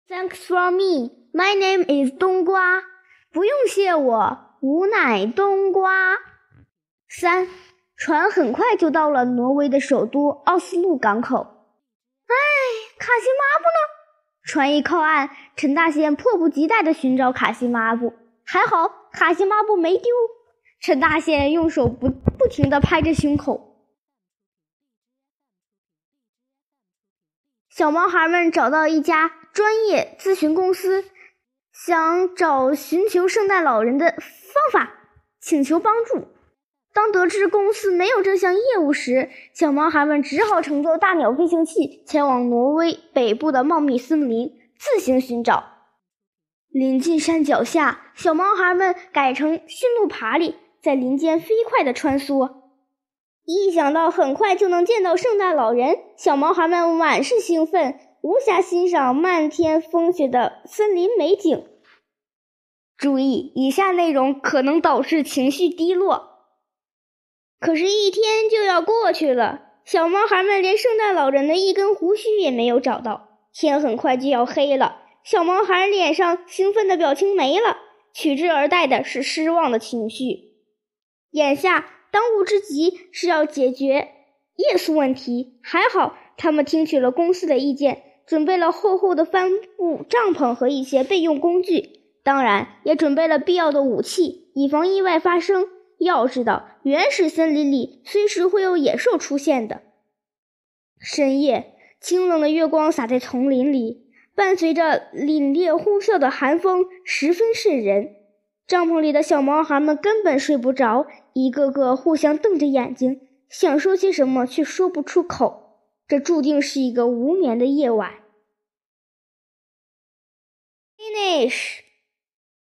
Thanks for me. My name is 冬瓜。不用谢我，吾乃冬瓜。3. 船很快就到了挪威的首都奥斯陆港口。卡西抹布呢？船一靠岸，陈大仙迫不及待地寻找卡西抹布。还好，卡西抹布没丢。陈大仙用手不停地拍着胸口。小毛孩们找到一家专业咨询公司，想寻求圣诞老人的方法，请求帮助。当得知公司没有这项业务时，小毛孩们只好乘坐大鸟飞行器前往挪威北部的茂密森林自行寻找。临近山脚下，小毛孩们改成驯鹿爬犁，在林间飞快地穿梭。一想到很快就能见到圣诞老人，小毛孩们满是兴奋，无暇欣赏漫天风雪的森林美景。注意，以下内容可能导致情绪低落。可是一天就要过去了，小毛孩们连圣诞老人的一根胡须也没有找到。天很快就要黑了，小毛孩脸上兴奋的表情没了，取之而代的是失望的情绪。眼下当务之急是要解决夜宿问题，还好他们听取了公司的意见，准备了厚厚的帆布帐篷和一些备用工具，当然也准备了必要的武器，以防意外发生。要知道，原始森林里随时会有野兽出现的。深夜，清冷的月光洒在丛林里，伴随着凛冽呼啸的寒风，十分瘆人。帐篷里的小毛孩们根本睡不着，一个个互相瞪着眼睛，想说些什么却说不出口。这注定是一个无眠的夜晚。Finish。